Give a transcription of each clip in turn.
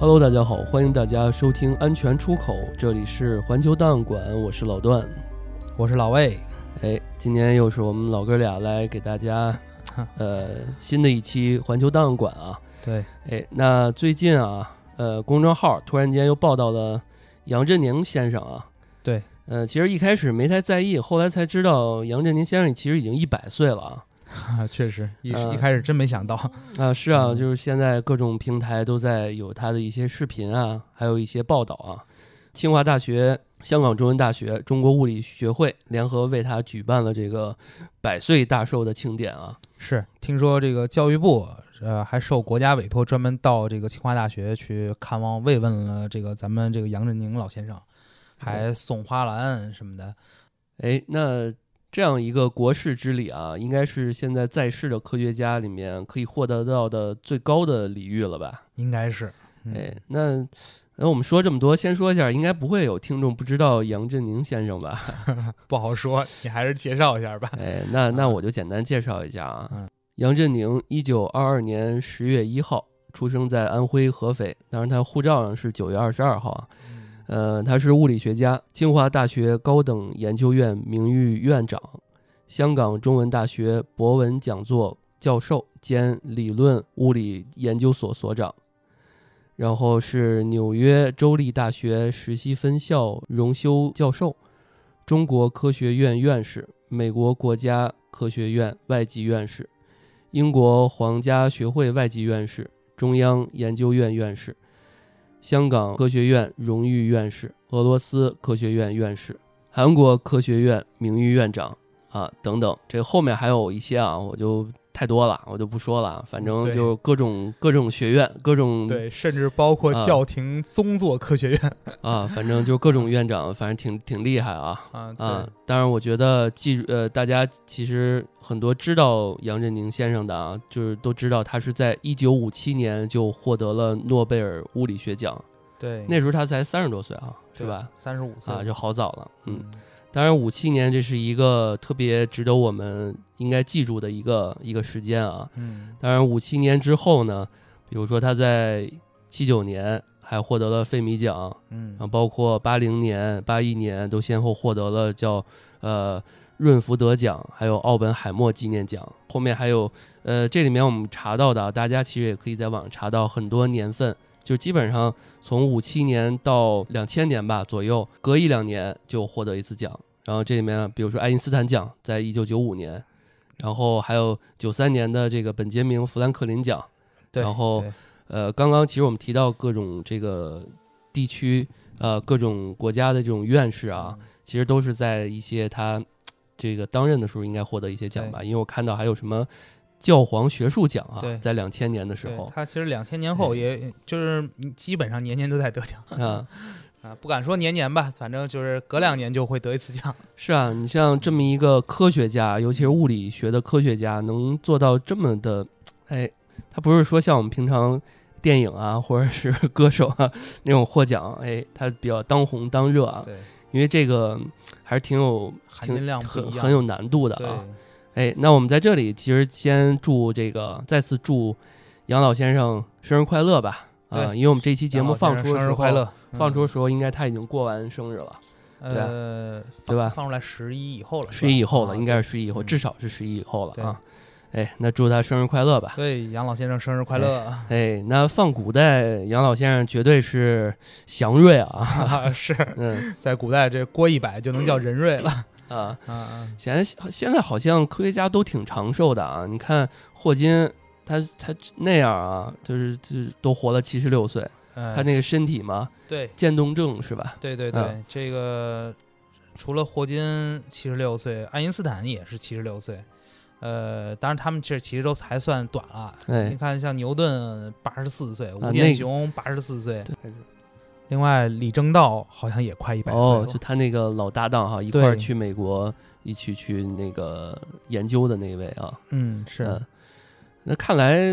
Hello， 大家好，欢迎大家收听安全出口，这里是环球档案馆，我是老段， 我是老魏。 今天又是我们老哥俩来给大家新的一期环球档案馆啊。 对， 那最近啊，公众号突然间又报道了杨振宁先生啊。 对， 其实一开始没太在意，后来才知道杨振宁先生其实已经100岁了啊。 确实一开始真没想到是啊，就是现在各种平台都在有他的一些视频啊，还有一些报道啊。清华大学、香港中文大学、中国物理学会联合为他举办了这个100岁大寿的庆典啊。 是，听说这个教育部还受国家委托，专门到这个清华大学去看望慰问了这个咱们这个杨振宁老先生，还送花篮什么的。 那这样一个国事之礼啊，应该是现在在世的科学家里面可以获得到的最高的礼遇了吧？ 应该是。 那我们说这么多，先说一下，应该不会有听众不知道杨振宁先生吧？ 不好说，你还是介绍一下吧。 那我就简单介绍一下啊。杨振宁1922年10月1号出生在安徽合肥，当然他护照上是9月22号啊。他是物理学家，清华大学高等研究院名誉院长，香港中文大学博文讲座教授兼理论物理研究所所长，然后是纽约州立大学实习分校荣休教授，中国科学院院士，美国国家科学院外籍院士，英国皇家学会外籍院士，中央研究院院士，香港科学院荣誉院士，俄罗斯科学院院士，韩国科学院名誉院长啊等等。这后面还有一些啊，我就太多了，我就不说了。反正就各种学院，各种对，甚至包括教廷宗座科学院反正就各种院长，反正挺厉害啊。当然我觉得大家其实很多知道杨振宁先生的啊，就是都知道他是在1957年就获得了诺贝尔物理学奖。 对， 那时候他才30多岁啊，是吧 ？35岁啊，就好早了。当然57年这是一个特别值得我们应该记住的一个时间啊。当然57年之后呢，比如说他在79年还获得了费米奖，包括80年、81年都先后获得了叫润福德奖，还有奥本海默纪念奖。后面还有这里面我们查到的，大家其实也可以在网上查到很多年份，就基本上从57年到2000年吧左右，隔1-2年就获得一次奖。然后这里面比如说爱因斯坦奖在1995年，然后还有93年的这个本杰明富兰克林奖。然后刚刚其实我们提到各种这个地区各种国家的这种院士啊，其实都是在一些他这个当任的时候应该获得一些奖吧。因为我看到还有什么教皇学术奖啊，在2000年的时候， 他其实2000年后也就是基本上年年都在得奖不敢说年年吧，反正就是隔2年就会得一次奖。 是啊，你像这么一个科学家，尤其是物理学的科学家，能做到这么的，他不是说像我们平常电影啊或者是歌手啊那种获奖，他比较当红当热啊。 对， 因为这个还是挺有含金量不一样， 很有难度的啊。那我们在这里其实先再次祝杨老先生生日快乐吧。因为我们这期节目放出的时候，应该他已经过完生日了，对吧？ 放出来11以后了 ，11以后了，应该是11以后，至少是11以后了啊。那祝他生日快乐吧。 对，杨老先生生日快乐。 那放古代，杨老先生绝对是祥瑞啊。 是，在古代这过100就能叫人瑞了。 现在好像科学家都挺长寿的啊。你看霍金，他那样啊，就是都活了76岁，他那个身体嘛， 对， 渐冻症是吧？ 对，这个除了霍金76岁，爱因斯坦也是76岁。当然他们这其实都还算短了。你看像牛顿84岁，吴健雄84岁。另外李政道好像也快100岁了。 就他那个老搭档哈，一块儿去美国一起去那个研究的那位啊。 是。 那看来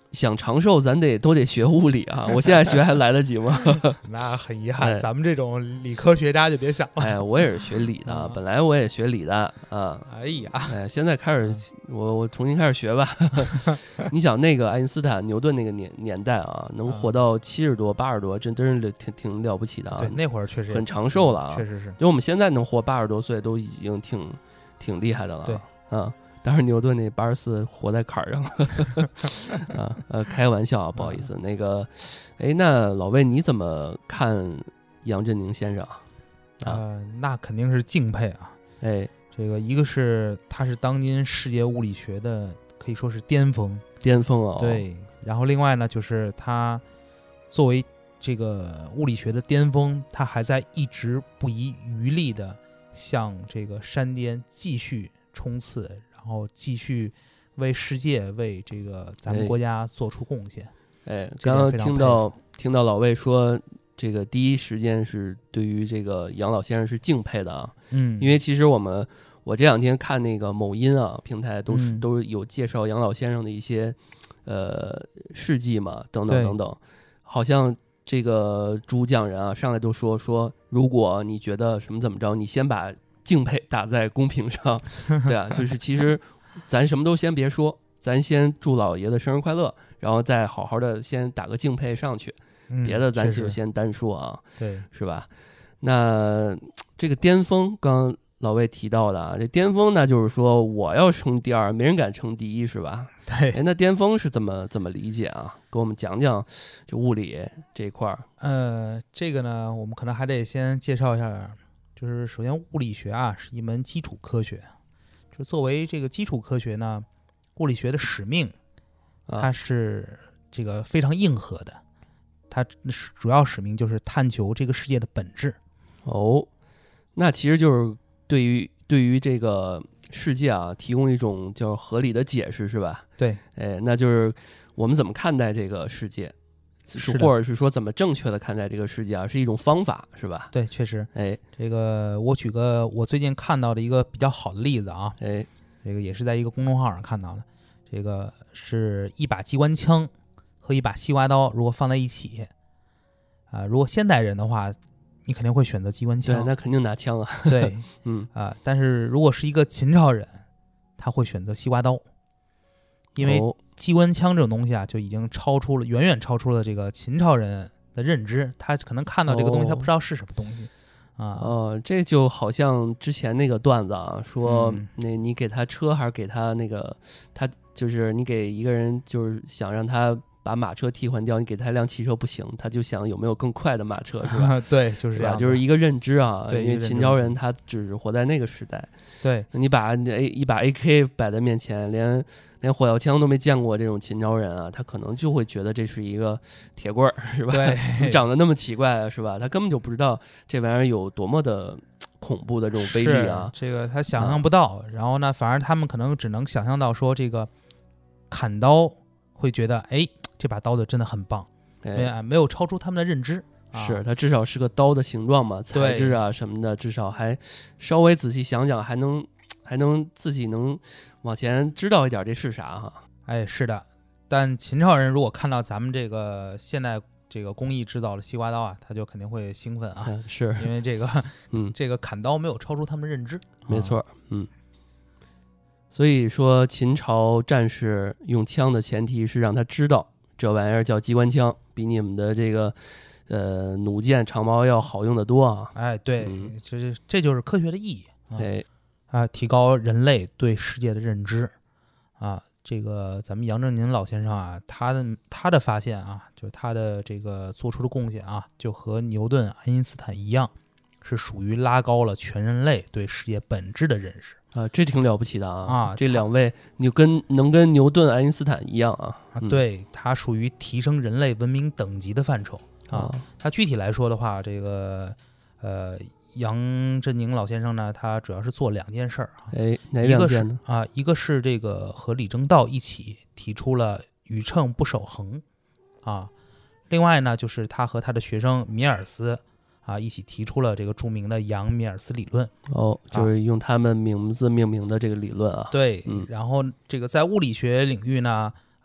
想长寿，咱都得学物理啊！我现在学还来得及吗？ 那很遗憾，咱们这种理科学家就别想了。 哎，我也是学理的，本来我也学理的啊。 哎呀， 现在开始我重新开始学吧。你想那个爱因斯坦、牛顿那个年代啊，能活到70多、80多，真是挺了不起的啊。 对，那会儿确实很长寿了啊， 确实是。 就我们现在能活80多岁，都已经挺厉害的了。 对， 当然牛顿那84活在坎儿上了。开玩笑啊，不好意思。那个，那老魏你怎么看杨振宁先生啊？ 那肯定是敬佩啊。这个一个是他是当今世界物理学的可以说是巅峰啊。 对，然后另外呢，就是他作为这个物理学的巅峰，他还在一直不遗余力的向这个山巅继续冲刺，然后继续为世界、为这个咱们国家做出贡献。 刚刚听到老魏说，这个第一时间是对于这个杨老先生是敬佩的啊。因为其实我这2天看那个某音啊平台都有介绍杨老先生的一些事迹嘛，等等等等，好像这个主讲人啊上来都说，如果你觉得什么怎么着，你先把敬佩打在公屏上。对啊，就是其实咱什么都先别说，咱先祝老爷子生日快乐，然后再好好的先打个敬佩上去，别的咱就先单说啊。 对， 是吧？那这个巅峰刚老魏提到的啊，这巅峰那就是说我要称第2，没人敢称第1，是吧？ 对。 那巅峰是怎么理解啊？给我们讲讲就物理这一块儿。这个呢，我们可能还得先介绍一下，就是首先物理学啊是一门基础科学，就作为这个基础科学呢，物理学的使命，它是这个非常硬核的，它主要使命就是探求这个世界的本质。 那其实就是对于这个世界啊提供一种叫合理的解释，是吧？ 对， 那就是我们怎么看待这个世界，或者是说怎么正确的看待这个世界啊，是一种方法，是吧？ 对，确实。这个我举个我最近看到的一个比较好的例子啊，这个也是在一个公众号上看到的，这个是一把机关枪和一把西瓜刀，如果放在一起，如果现代人的话，你肯定会选择机关枪。 对，那肯定拿枪啊。 对，但是如果是一个秦朝人，他会选择西瓜刀，因为机关枪这种东西啊，就已经远远超出了这个秦朝人的认知，他可能看到这个东西，他不知道是什么东西。 这就好像之前那个段子啊，说你给他车还是给他那个，他就是你给一个人就是想让他把马车替换掉，你给他一辆汽车不行，他就想有没有更快的马车，是吧？ 对，就是这样， 就是一个认知啊。 对， 因为秦朝人他只是活在那个时代。 对， 你把一把 AK 摆在面前，连火药枪都没见过这种秦朝人啊，他可能就会觉得这是一个铁棍儿，是吧？ 对， 长得那么奇怪，是吧？他根本就不知道这玩意儿有多么的恐怖的这种威力啊！ 这个他想象不到。然后呢，反而他们可能只能想象到说，这个砍刀会觉得，这把刀子真的很棒，没有超出他们的认知。 是，它至少是个刀的形状嘛，材质啊什么的，至少还稍微仔细想想，还能自己能往前知道一点这是啥哈。 是的。但秦朝人如果看到咱们这个现代这个工艺制造的西瓜刀啊，他就肯定会兴奋啊， 是因为这个这个砍刀没有超出他们认知。 没错。所以说秦朝战士用枪的前提是让他知道这玩意儿叫机关枪，比你们的这个弩箭长矛要好用得多啊。 对，这就是科学的意义提高人类对世界的认知啊。这个咱们杨振宁老先生啊，他的发现啊，就是他的这个做出的贡献啊，就和牛顿、爱因斯坦一样，是属于拉高了全人类对世界本质的认识啊。这挺了不起的啊！这两位你能跟牛顿、爱因斯坦一样啊？ 对，他属于提升人类文明等级的范畴啊。他具体来说的话，这个杨振宁老先生呢，他主要是做2件事儿哪2件呢？ 一个是这个和李政道一起提出了宇称不守恒另外呢，就是他和他的学生米尔斯一起提出了这个著名的杨米尔斯理论就是用他们名字命名的这个理论啊。 对，然后这个在物理学领域呢，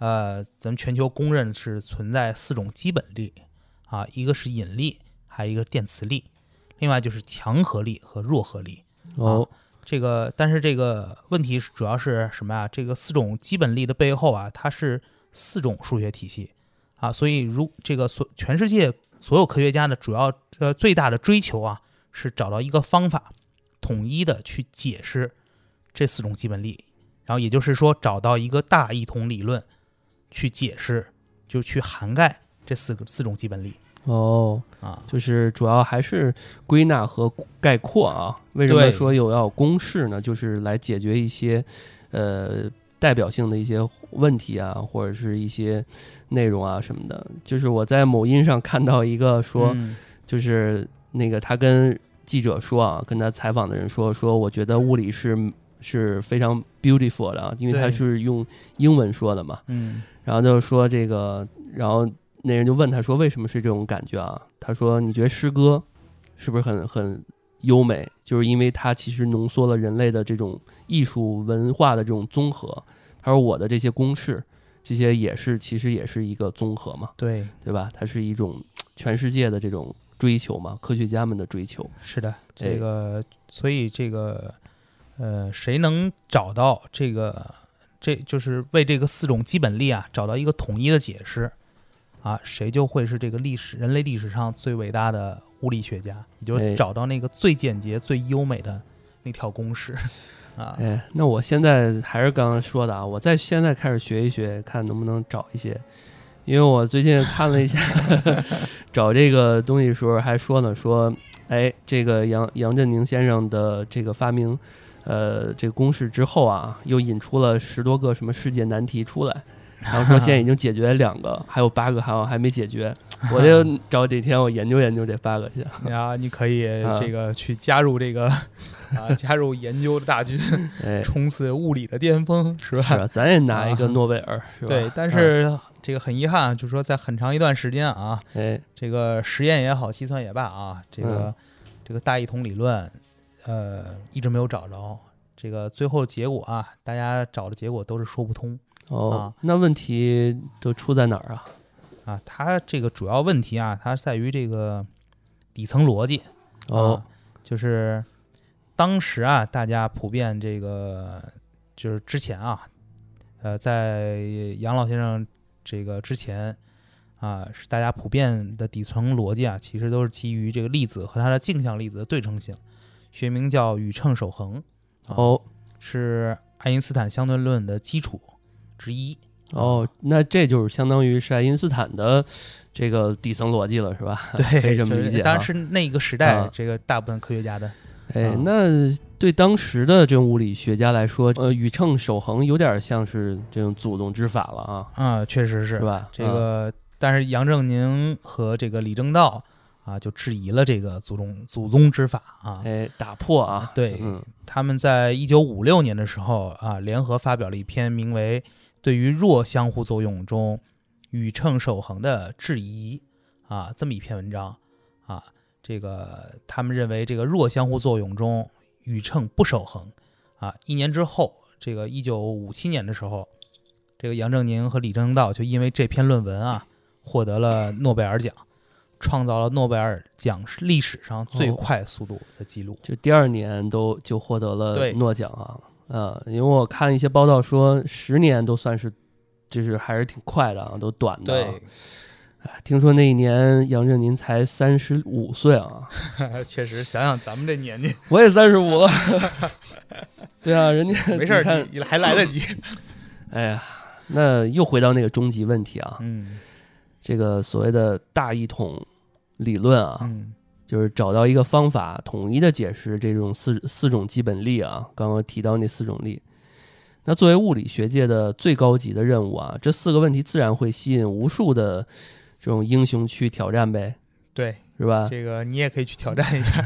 咱们全球公认是存在4种基本力啊，一个是引力，还有一个电磁力，另外就是强合力和弱合力。但是这个问题主要是什么呀？这个4种基本力的背后啊，它是4种数学体系啊，所以全世界所有科学家的主要最大的追求啊，是找到一个方法，统一的去解释这4种基本力，然后也就是说找到一个大一统理论去解释，就去涵盖这四种基本力。 就是主要还是归纳和概括啊。为什么说要有公式呢？就是来解决一些代表性的一些问题啊，或者是一些内容啊什么的。就是我在某音上看到一个说，就是那个他跟记者说啊，跟他采访的人说我觉得物理是非常 beautiful 的，因为他是用英文说的嘛。然后就说这个，然后那人就问他说为什么是这种感觉啊？他说你觉得诗歌是不是很优美？就是因为它其实浓缩了人类的这种艺术文化的这种综合。他说我的这些公式，这些其实也是一个综合嘛，对吧？它是一种全世界的这种追求嘛，科学家们的追求。 是的，所以这个谁能找到这就是为这个4种基本力啊找到一个统一的解释啊，谁就会是这个人类历史上最伟大的物理学家，也就是找到那个最简洁、最优美的那条公式啊。 那我现在还是刚刚说的啊，我现在开始学一学，看能不能找一些。因为我最近看了一下找这个东西的时候还说呢，这个杨振宁先生的这个发明这个公式之后啊，又引出了10多个什么世界难题出来，然后说现在已经解决2个，还有8个还没解决。我就找哪天我研究研究这8个去。 你可以这个去加入这个加入研究的大军，冲刺物理的巅峰，是吧？ 是啊，咱也拿一个诺贝尔，是吧？ 对，但是这个很遗憾，就是说在很长一段时间啊，这个实验也好，计算也罢啊，这个大一统理论一直没有找着。这个最后结果啊，大家找的结果都是说不通。 那问题都出在哪儿啊？它这个主要问题啊，它在于这个底层逻辑。就是当时啊，大家普遍这个就是之前啊，在杨老先生这个之前啊，是大家普遍的底层逻辑啊，其实都是基于这个粒子和它的镜像粒子的对称性，学名叫宇称守恒。是爱因斯坦相对论的基础之一。 那这就是相当于是爱因斯坦的这个底层逻辑了，是吧？ 对， 可以这么理解。 当然是那个时代这个大部分科学家的。 那对当时的这种物理学家来说，宇称守恒有点像是这种祖宗之法了啊。 确实是吧？ 这个，但是杨振宁和这个李政道啊，就质疑了这个祖宗之法啊， 打破啊。 对，他们在1956年的时候啊，联合发表了一篇名为《对于弱相互作用中宇称守恒的质疑》啊，这么一篇文章啊。这个他们认为这个弱相互作用中宇称不守恒啊。1年之后，这个1957年的时候，这个杨振宁和李政道就因为这篇论文啊，获得了诺贝尔奖，创造了诺贝尔奖历史上最快速度的记录。 就第2年就获得了诺奖啊。因为我看一些报道说10年都算是就是还是挺快的啊，都短的。 对。 听说那一年杨振宁才35岁啊。 确实，想想咱们这年纪， 我也35了。对啊，人家没事，你还来得及。 哎呀，那又回到那个终极问题啊。这个所谓的大一统理论啊，就是找到一个方法，统一的解释这种四种基本力啊。刚刚提到那4种力。那作为物理学界的最高级的任务啊，这4个问题自然会吸引无数的这种英雄去挑战呗。 对， 是吧？ 这个你也可以去挑战一下。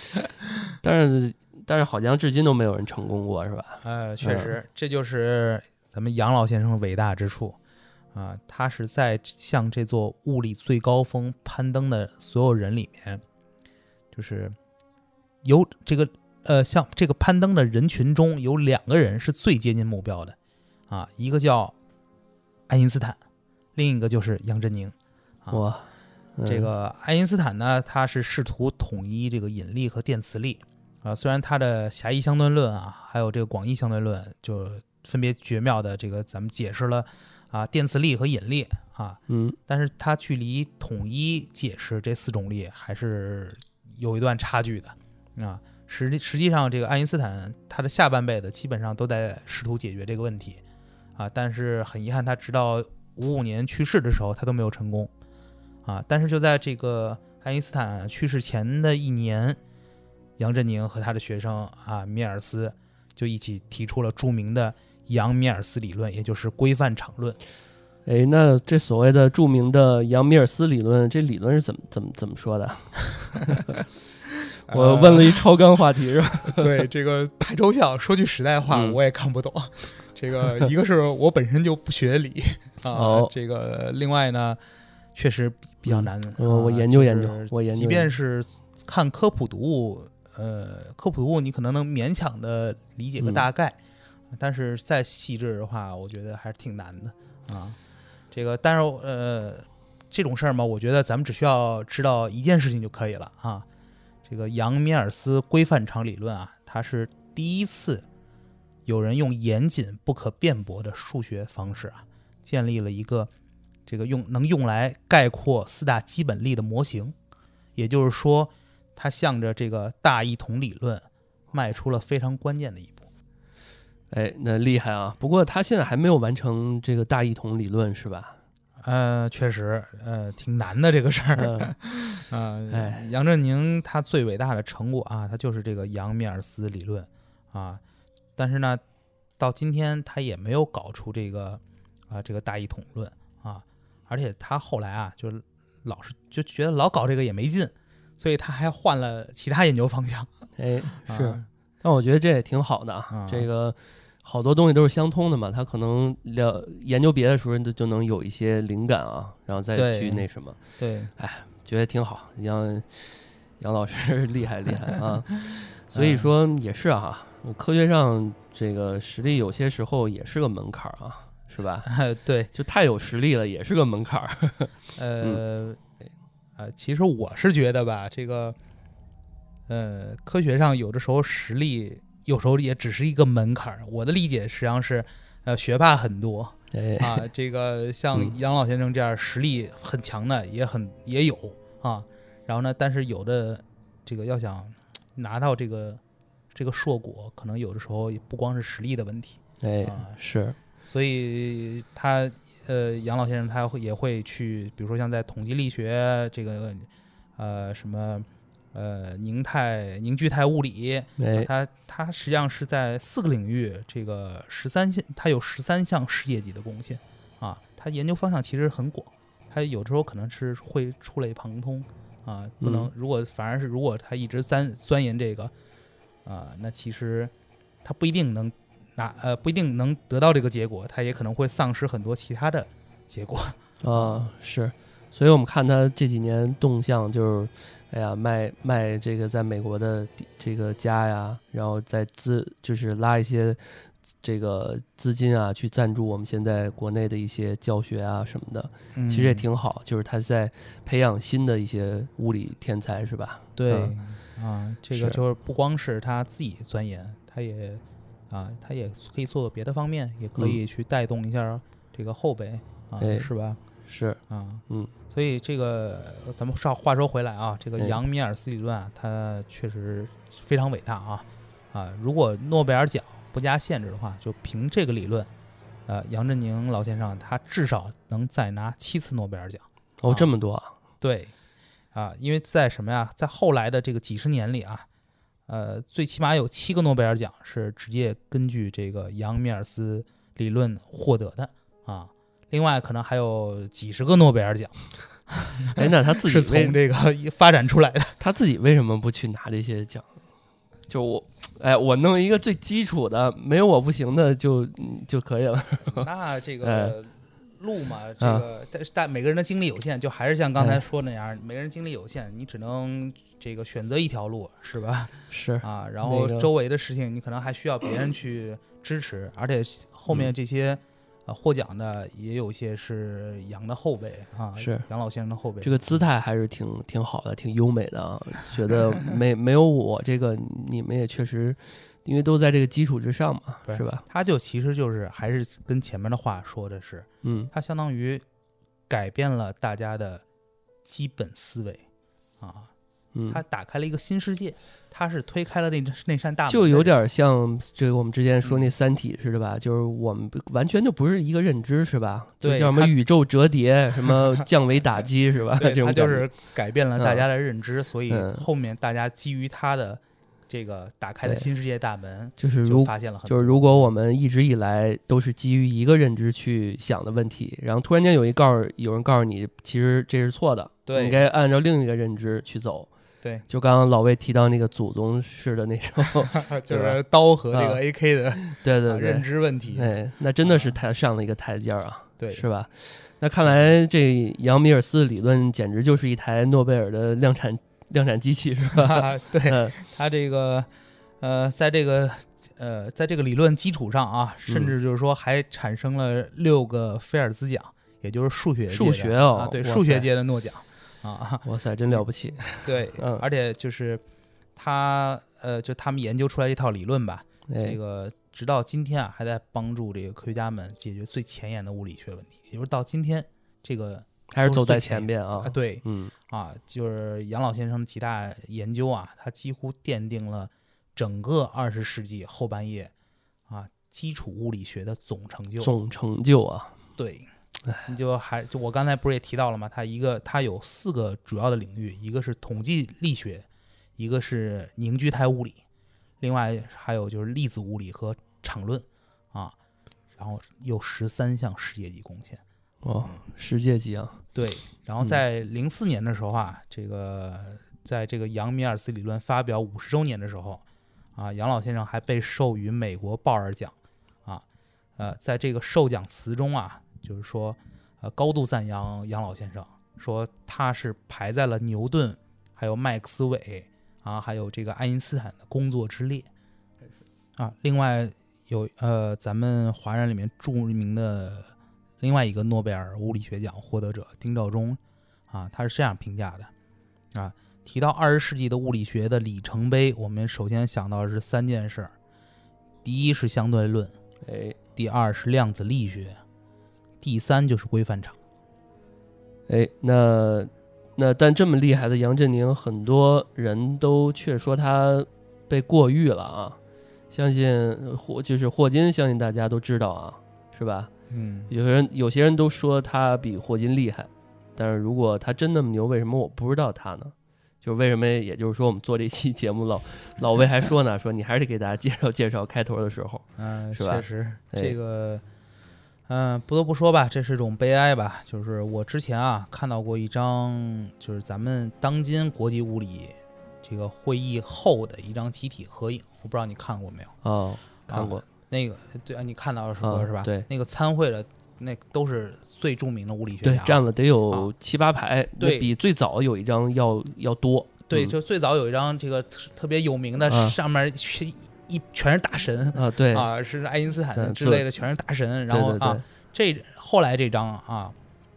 但是好像至今都没有人成功过，是吧？ 确实，这就是咱们杨老先生伟大之处啊。他是在向这座物理最高峰攀登的所有人里面，就是有这个像这个攀登的人群中有2个人是最接近目标的啊，一个叫爱因斯坦，另一个就是杨振宁。 哇， 这个爱因斯坦呢，他是试图统一这个引力和电磁力虽然他的狭义相对论还有这个广义相对论就分别绝妙的这个咱们解释了电磁力和引力但是他距离统一解释这4种力还是有一段差距的实际上这个爱因斯坦他的下半辈子基本上都在试图解决这个问题但是很遗憾他直到55年去世的时候他都没有成功但是就在这个爱因斯坦去世前的1年，杨振宁和他的学生米尔斯就一起提出了著名的杨米尔斯理论，也就是规范场论。 那这所谓的著名的杨米尔斯理论，这理论是怎么说的？我问了一超纲话题是吧？ 对，这个太抽象，说句实在话，我也看不懂。这个一个是我本身就不学理这个另外呢，确实比较难。 我研究研究， 即便是看科普读物，科普读物你可能能勉强的理解个大概，但是再细致的话，我觉得还是挺难的这个，但是这种事儿嘛，我觉得咱们只需要知道一件事情就可以了这个杨米尔斯规范场理论它是第一次有人用严谨不可辩驳的数学方式建立了一个这个能用来概括4大基本力的模型，也就是说，它向着这个大一统理论迈出了非常关键的一步。 那厉害不过他现在还没有完成这个大一统理论是吧？ 确实，挺难的这个事儿。杨振宁他最伟大的成果他就是这个杨米尔斯理论但是呢，到今天他也没有搞出这个这个大一统论而且他后来就觉得老搞这个也没劲，所以他还换了其他研究方向。 是，但我觉得这也挺好的这个。好多东西都是相通的嘛，他可能研究别的时候就能有一些灵感然后再去那什么。 对， 觉得挺好，杨老师厉害所以说也是科学上这个实力有些时候也是个门槛是吧？ 对， 就太有实力了也是个门槛其实我是觉得吧，这个科学上有的时候实力有时候也只是一个门槛。我的理解实际上是学霸很多这个像杨老先生这样实力很强的也有然后呢，但是有的这个要想拿到这个硕果，可能有的时候也不光是实力的问题是， 所以他杨老先生他也会去，比如说像在统计力学这个什么凝聚态物理它实际上是在4个领域这个它有13项世界级的贡献它研究方向其实很广，它有的时候可能是会触类旁通不能反而是如果他一直钻研这个那其实他不一定能得到这个结果，他也可能会丧失很多其他的结果是，所以我们看他这几年动向就是卖这个在美国的这个家呀，然后就是拉一些这个资金去赞助我们现在国内的一些教学什么的其实也挺好，就是他在培养新的一些物理天才是吧？ 对这个就是不光是他自己钻研，他也可以做别的方面，也可以去带动一下这个后辈是吧？ 是所以这个咱们话说回来这个杨米尔斯理论它确实非常伟大如果诺贝尔奖不加限制的话，就凭这个理论杨振宁老先生他至少能再拿7次诺贝尔奖这么多对因为在什么呀，在后来的这个几十年里最起码有7个诺贝尔奖是直接根据这个杨米尔斯理论获得的另外可能还有几十个诺贝尔奖那他自己是从这个发展出来的。 他自己为什么不去拿这些奖？就我弄一个最基础的，没有我不行的就可以了。 那这个路嘛，这个但每个人的精力有限，就还是像刚才说那样，每个人精力有限，你只能这个选择一条路，是吧？ 是然后周围的事情你可能还需要别人去支持，而且后面这些获奖的也有些是杨的后辈啊， 是杨老先生的后辈。 这个姿态还是挺好的，挺优美的啊。觉得没有我这个，你们也确实，因为都在这个基础之上嘛，是吧？ 他其实就是还是跟前面的话说的是，他相当于改变了大家的基本思维啊。他打开了一个新世界，他是推开了那扇大门， 就有点像这个我们之前说那《三体》似的吧，就是我们完全就不是一个认知，是吧？ 对， 叫什么宇宙折叠，什么降维打击，是吧？ 对，他就是改变了大家的认知，所以后面大家基于他的这个打开了新世界大门，就发现了很多。 就是如果我们一直以来都是基于一个认知去想的问题，然后突然间有人告诉你，其实这是错的， 对， 你应该按照另一个认知去走。 对， 就刚刚老魏提到那个祖宗式的那种就是刀和这个 AK 的对认知问题， 那真的是他上了一个台阶啊， 对， 是吧？那看来这杨米尔斯理论简直就是一台诺贝尔的量产机器，是吧？ 对，他这个在这个理论基础上啊，甚至就是说还产生了6个菲尔兹奖，也就是数学对，数学界的诺奖。 哇塞，真了不起！ 对，而且就是就他们研究出来一套理论吧，这个直到今天啊，还在帮助这个科学家们解决最前沿的物理学问题。也就是到今天，这个还是走在前边啊。 对，就是杨老先生的几大研究啊，他几乎奠定了整个20世纪后半叶基础物理学的总成就啊。对。就我刚才不是也提到了吗？它有4个主要的领域，一个是统计力学，一个是凝聚态物理，另外还有就是粒子物理和场论啊，然后有13项世界级贡献。 世界级啊！ 对，然后在04年的时候在这个杨米尔斯理论发表50周年的时候杨老先生还被授予美国鲍尔奖在这个授奖词中就是说，高度赞扬杨老先生，说他是排在了牛顿、还有麦克斯韦还有这个爱因斯坦的工作之列另外有咱们华人里面著名的另外一个诺贝尔物理学奖获得者丁肇中他是这样评价的提到20世纪的物理学的里程碑，我们首先想到的是3件事：第一是相对论，第二是量子力学。第3就是规范场。 但这么厉害的杨振宁，很多人都却说他被过誉了相信就是霍金，相信大家都知道是吧？有些人都说他比霍金厉害，但是如果他真那么牛，为什么我不知道他呢？就是为什么？也就是说，我们做这期节目老魏还说呢，说你还是得给大家介绍开头的时候，是吧？ 确实，这个。不得不说吧，这是种悲哀吧。就是我之前看到过一张，就是咱们当今国际物理这个会议后的一张集体合影，我不知道你看过没有？ 看过。 那个对你看到的是吧？ 对， 那个参会的那都是最著名的物理学家， 对，占了得有7、8排， 对， 比最早有一张要多。 对，就最早有一张这个特别有名的，上面全是大神对是爱因斯坦之类的，全是大神。然后后来这张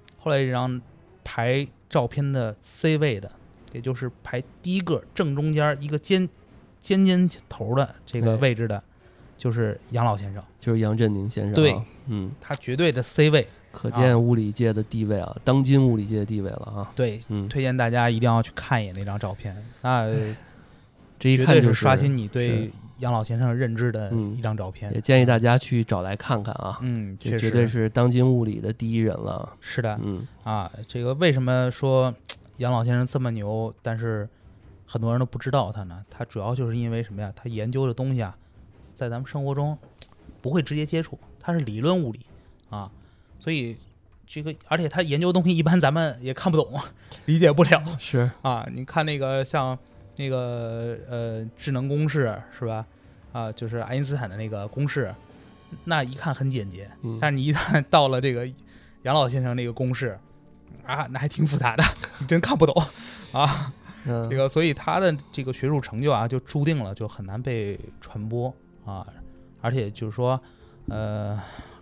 排照片的 C 位的，也就是排第一个正中间一个尖头的这个位置的，就是杨老先生， 就是杨振宁先生。 对，他绝对的 C 位， 可见物理界的地位当今物理界的地位了对，推荐大家一定要去看一眼那张照片这一看绝对是刷新你对杨老先生认知的一张照片， 也建议大家去找来看看这绝对是当今物理的第一人了。 是的，这个为什么说杨老先生这么牛，但是很多人都不知道他呢？他主要就是因为什么呀？他研究的东西在咱们生活中不会直接接触，他是理论物理所以这个，而且他研究的东西一般咱们也看不懂，理解不了。 是你看那个像那个智能公式是吧？就是爱因斯坦的那个公式，那一看很简洁，但是你一旦到了这个杨老先生那个公式那还挺复杂的，你真看不懂这个，所以他的这个学术成就就注定了就很难被传播而且就是说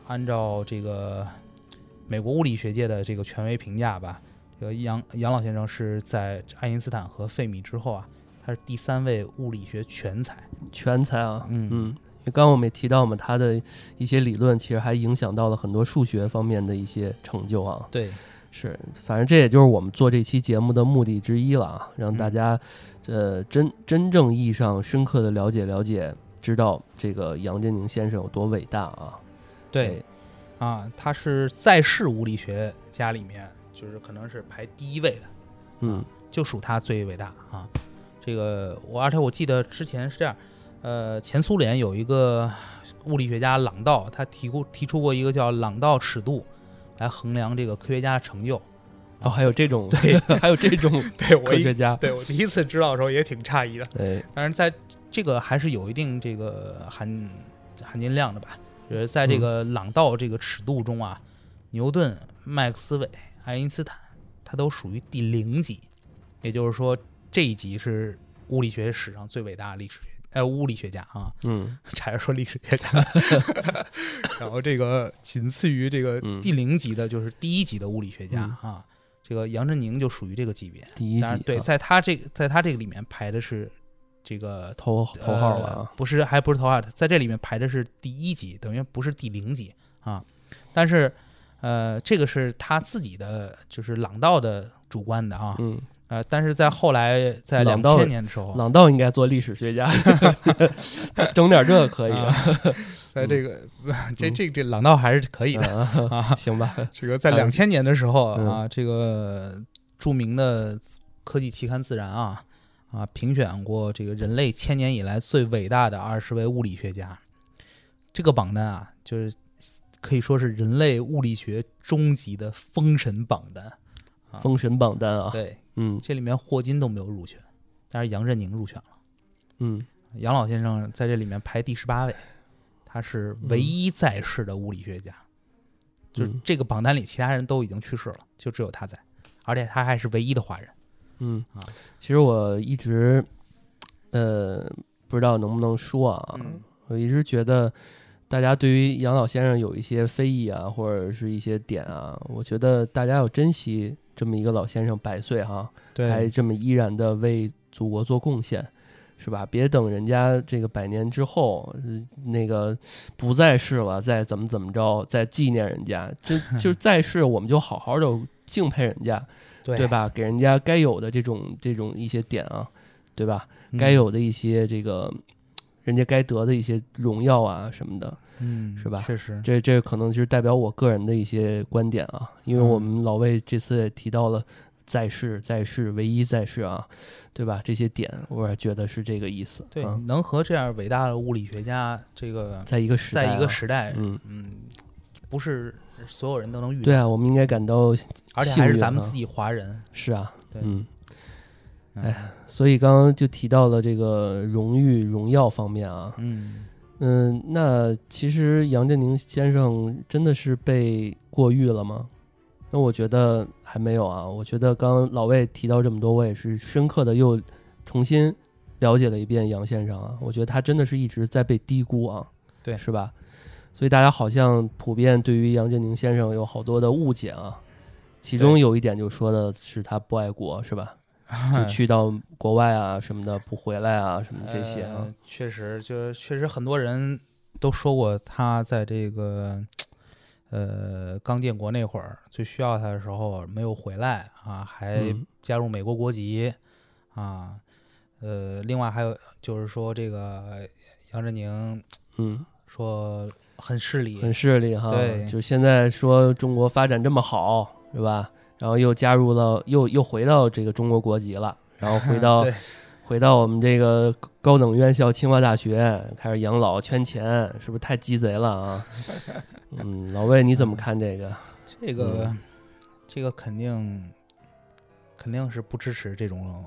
按照这个美国物理学界的这个权威评价吧，这个杨老先生是在爱因斯坦和费米之后啊，他是第3位物理学全才啊。因为刚刚我们也提到嘛，他的一些理论其实还影响到了很多数学方面的一些成就啊。 对， 是，反正这也就是我们做这期节目的目的之一了啊，让大家真正意义上深刻的了解，知道这个杨振宁先生有多伟大啊。 对，他是在世物理学家里面就是可能是排第1位的，就属他最伟大啊。这个而且我记得之前是这样。前苏联有一个物理学家朗道，他提出过一个叫朗道尺度来衡量这个科学家的成就。 还有这种对， 还有这种科学家。 对，我第一次知道的时候也挺诧异的。 对， 但是在这个还是有一定这个含金量的吧。就是在这个朗道这个尺度中啊，牛顿、麦克斯韦、爱因斯坦，他都属于第0级，也就是说这一级是物理学史上最伟大的物理学家啊，差点说历史学家。然后这个仅次于这个第0级的，就是第1级的物理学家啊。这个杨振宁就属于这个级别， 第1级。 对，在他这个里面排的是这个头号了， 不是，还不是头号，在这里面排的是第1级，等于不是第0级啊。但是这个是他自己的，就是朗道的主观的啊。但是在后来，在2000年的时候， 朗道应该做历史学家，整点这个可以。 在这个这朗道还是可以的啊， 行吧。 这个在2000年的时候啊，这个著名的科技期刊《自然》评选过这个人类1000年以来最伟大的20位物理学家。这个榜单啊，就是可以说是人类物理学终极的封神榜单。 封神榜单啊， 对，这里面霍金都没有入选，但是杨振宁入选了。杨老先生在这里面排第18位，他是唯一在世的物理学家。就是这个榜单里，其他人都已经去世了，就只有他在，而且他还是唯一的华人。 其实我一直不知道能不能说啊，我一直觉得大家对于杨老先生有一些非议啊，或者是一些点啊，我觉得大家要珍惜这么一个老先生100岁还这么依然的为祖国做贡献，是吧？别等人家这个100年之后那个不在世了，再怎么着，再纪念人家。就是在世，我们就好好的敬佩人家，对吧？给人家该有的这种一些点啊，对吧？该有的一些这个人家该得的一些荣耀啊什么的。是吧？ 确实， 这可能就是代表我个人的一些观点啊，因为我们老魏这次也提到了在世，唯一在世啊，对吧？这些点，我也觉得是这个意思。 对，能和这样伟大的物理学家这个在一个时代， 不是所有人都能遇到。 对啊，我们应该感到幸运， 而且还是咱们自己华人。 是啊， 对， 所以刚刚就提到了这个荣耀方面啊，那其实杨振宁先生真的是被过誉了吗？那我觉得还没有啊。我觉得刚刚老魏提到这么多，我也是深刻的又重新了解了一遍杨先生啊。我觉得他真的是一直在被低估啊， 对， 是吧？所以大家好像普遍对于杨振宁先生有好多的误解啊。其中有一点就说的是他不爱国，是吧？就去到国外啊什么的不回来啊什么这些啊， 确实很多人都说过他在这个刚建国那会儿最需要他的时候没有回来啊，还加入美国国籍啊。另外还有就是说这个杨振宁说很势利哈， 对， 就现在说中国发展这么好，是吧？然后又加入了，又回到这个中国国籍了，然后回到我们这个高等院校清华大学，开始养老圈钱，是不是太鸡贼了啊？老魏你怎么看这个？ 这个肯定是不支持这种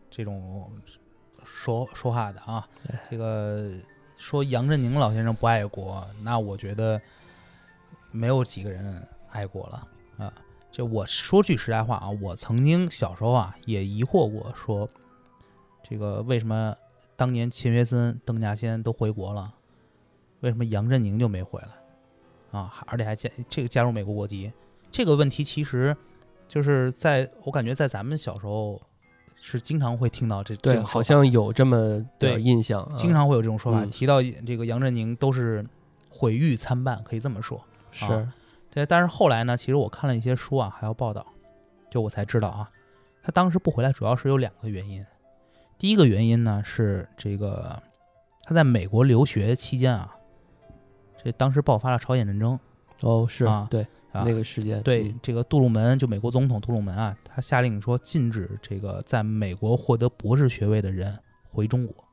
说话的啊。这个说杨振宁老先生不爱国，那我觉得没有几个人爱国了啊。就我说句实在话啊，我曾经小时候啊也疑惑过，说这个为什么当年钱学森、邓稼先都回国了，为什么杨振宁就没回来而且还加入美国国籍。这个问题其实就是我感觉在咱们小时候是经常会听到这对， 种好像有这么点印象， 经常会有这种说法，提到这个杨振宁都是毁誉参半，可以这么说。 是， 对。但是后来呢，其实我看了一些书还有报道，就我才知道他当时不回来主要是有2个原因。第一个原因呢是这个他在美国留学期间这当时爆发了朝鲜战争。 是对。那个时间， 对，这个杜鲁门，就美国总统杜鲁门他下令说禁止这个在美国获得博士学位的人回中国。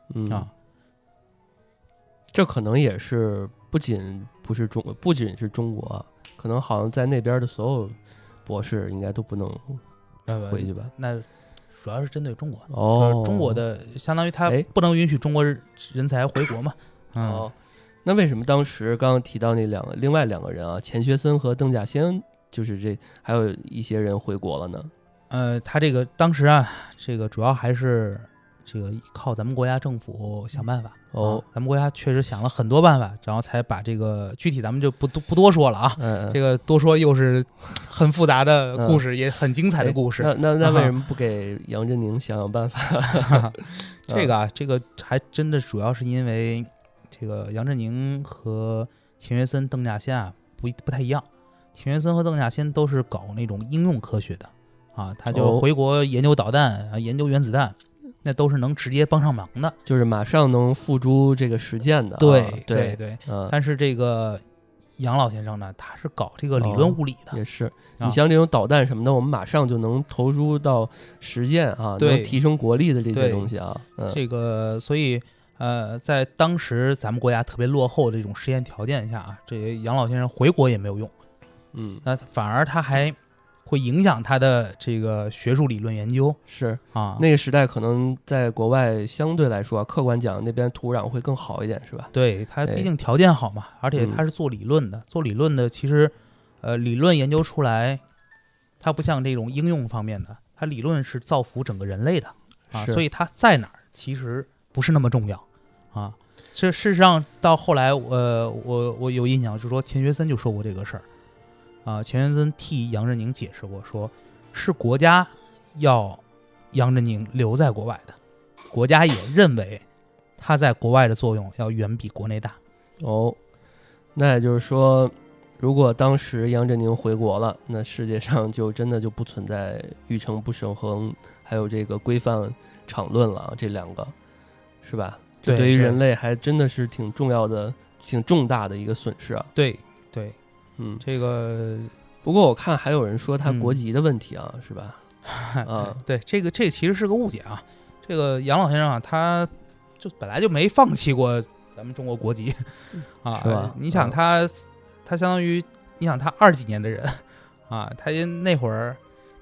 这可能也是不仅是中国，可能好像在那边的所有博士应该都不能回去吧？ 那主要是针对中国。中国的相当于他不能允许中国人才回国嘛。 那为什么当时刚刚提到另外2个人钱学森和邓稼先，就是还有一些人回国了呢？ 他这个当时这个主要还是这个靠咱们国家政府想办法。咱们国家确实想了很多办法，然后才把这个具体咱们就不多说了这个多说又是很复杂的故事，也很精彩的故事。 那为什么不给杨振宁想办法？ 这个还真的主要是因为。这个杨振宁和钱学森、邓稼先不太一样。钱学森和邓稼先都是搞那种应用科学的他就回国研究导弹研究原子弹，那都是能直接帮上忙的， 就是马上能付诸这个实践的。 对。但是这个杨老先生呢，他是搞这个理论物理的。 也是，你像这种导弹什么的，我们马上就能投入到实践能提升国力的这些东西这个所以。在当时咱们国家特别落后的这种实验条件下这杨老先生回国也没有用。那反而他还会影响他的这个学术理论研究。 是那个时代可能在国外相对来说客观讲那边土壤会更好一点，是吧？ 对，他毕竟条件好嘛，而且他是做理论的。做理论的其实理论研究出来，它不像这种应用方面的，它理论是造福整个人类的所以它在哪儿其实不是那么重要事实上到后来我有印象，就是说钱学森就说过这个事儿钱学森替杨振宁解释过，说是国家要杨振宁留在国外的，国家也认为他在国外的作用要远比国内大。 那也就是说，如果当时杨振宁回国了，那世界上就真的就不存在欲成不守恒还有这个规范场论了这2个，是吧？这对于人类还真的是挺重要的、挺重大的一个损失对，这个不过我看还有人说他国籍的问题是吧？ 对，这其实是个误解这个杨老先生他就本来就没放弃过咱们中国国籍是吧？ 你想他相当于你想他20几年的人他那会儿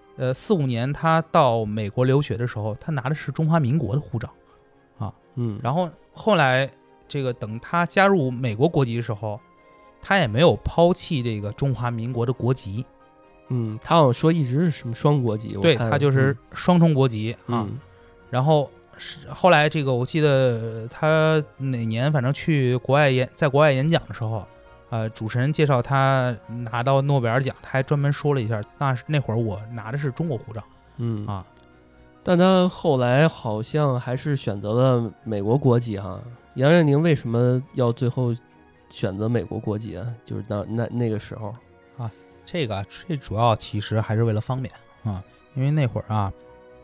4、5年他到美国留学的时候，他拿的是中华民国的护照然后后来这个等他加入美国国籍的时候，他也没有抛弃这个中华民国的国籍。 他好像说一直是什么双国籍， 对，他就是双重国籍然后后来这个我记得他哪年反正去在国外演讲的时候主持人介绍他拿到诺贝尔奖，他还专门说了一下，那会儿我拿的是中国护照但他后来好像还是选择了美国国籍杨振宁为什么要最后选择美国国籍就是那个时候这主要其实还是为了方便因为那会儿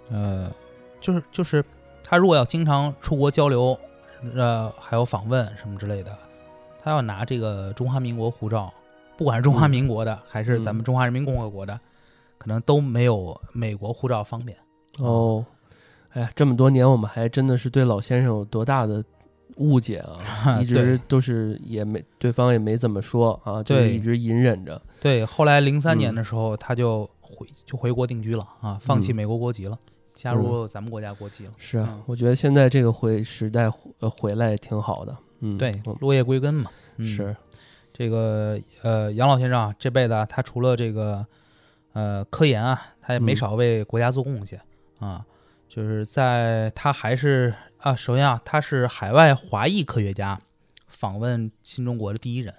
就是他如果要经常出国交流还有访问什么之类的，他要拿这个中华民国护照，不管是中华民国的还是咱们中华人民共和国的可能都没有美国护照方便哎呀，这么多年我们还真的是对老先生有多大的误解一直都是对方也没怎么说就一直隐忍着。 对，后来03年的时候他就回国定居了放弃美国国籍了加入咱们国家国籍了是我觉得现在这个时代回来也挺好的对，落叶归根嘛是这个杨老先生这辈子他除了这个科研他也没少为国家做贡献就是他还是首先他是海外华裔科学家访问新中国的第一人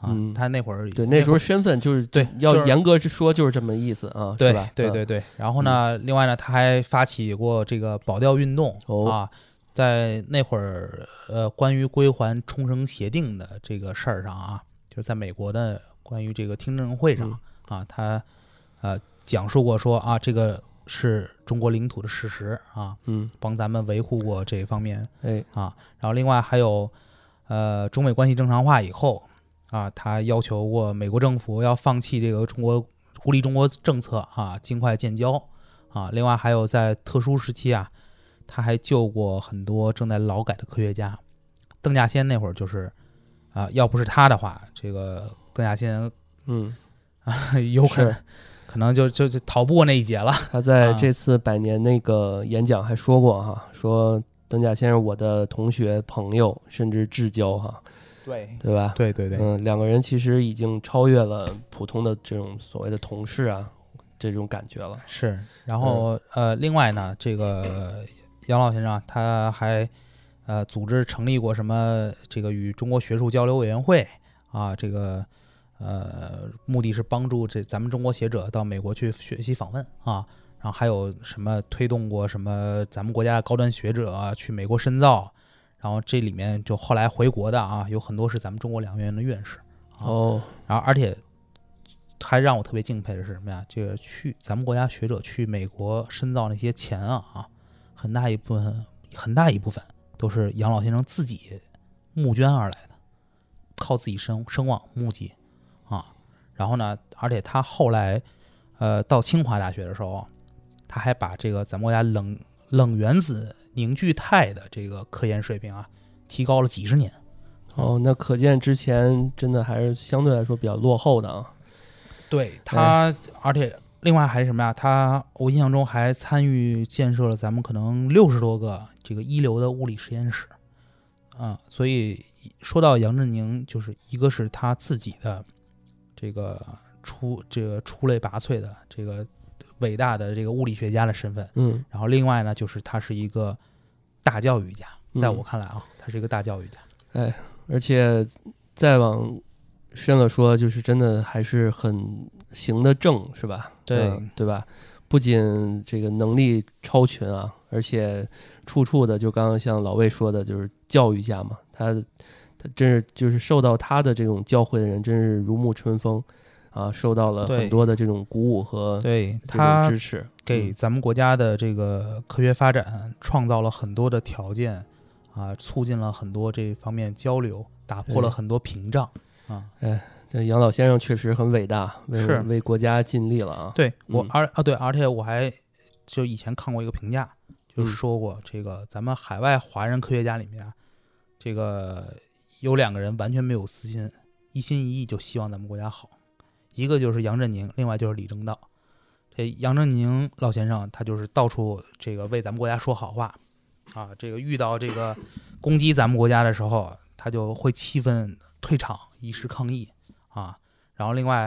他那会儿对那时候身份就是对， 要严格说就是这么意思啊， 对是吧？ 对。然后呢，另外呢，他还发起过这个保钓运动啊，在那会儿关于归还冲绳协定的这个事儿上啊，就是在美国的关于这个听证会上啊，他讲述过说啊，这个是中国领土的事实啊，帮咱们维护过这方面，然后另外还有中美关系正常化以后啊，他要求过美国政府要放弃这个孤立中国政策啊，尽快建交啊，另外还有在特殊时期啊，他还救过很多正在劳改的科学家，邓稼先那会儿就是要不是他的话，这个邓稼先有可能就逃不过那一劫了。 他在这次100年那个演讲还说过哈，说邓稼先生我的同学朋友甚至至交哈，对吧？ 对， 两个人其实已经超越了普通的这种所谓的同事啊这种感觉了。 是，然后另外呢，这个杨老先生他还组织成立过什么这个与中国学术交流委员会啊，这个目的是帮助咱们中国学者到美国去学习访问啊，然后还有什么推动过什么咱们国家的高端学者去美国深造，然后这里面就后来回国的啊，有很多是咱们中国两院的院士然后而且还让我特别敬佩的是什么呀？这个咱们国家学者去美国深造那些钱啊，很大一部分都是杨老先生自己募捐而来的，靠自己声望募集啊。然后呢，而且他后来到清华大学的时候，他还把这个咱们国家冷原子凝聚态的这个科研水平啊提高了几十年。 那可见之前真的还是相对来说比较落后的啊。 对他，而且另外还是什么呀？我印象中还参与建设了咱们可能60多个这个一流的物理实验室所以说到杨振宁，就是一个是他自己的这个出类拔萃的这个伟大的这个物理学家的身份，然后另外呢，就是他是一个大教育家，在我看来他是一个大教育家， 而且再往深了说，就是真的还是很行得正，是吧？对吧？不仅这个能力超群啊，而且处处的就刚刚像老魏说的，就是教育家嘛，他真是就是受到他的这种教诲的人真是如沐春风啊，受到了很多的这种鼓舞和这种支持， 给咱们国家的这个科学发展创造了很多的条件啊，促进了很多这方面交流，打破了很多屏障这杨老先生确实很伟大，为国家尽力了啊。 对，而且我还就以前看过一个评价，就说过这个咱们海外华人科学家里面这个有2个人完全没有私心，一心一意就希望咱们国家好，一个就是杨振宁，另外就是李政道。这杨振宁老先生他就是到处这个为咱们国家说好话这个遇到这个攻击咱们国家的时候，他就会气愤退场以示抗议然后另外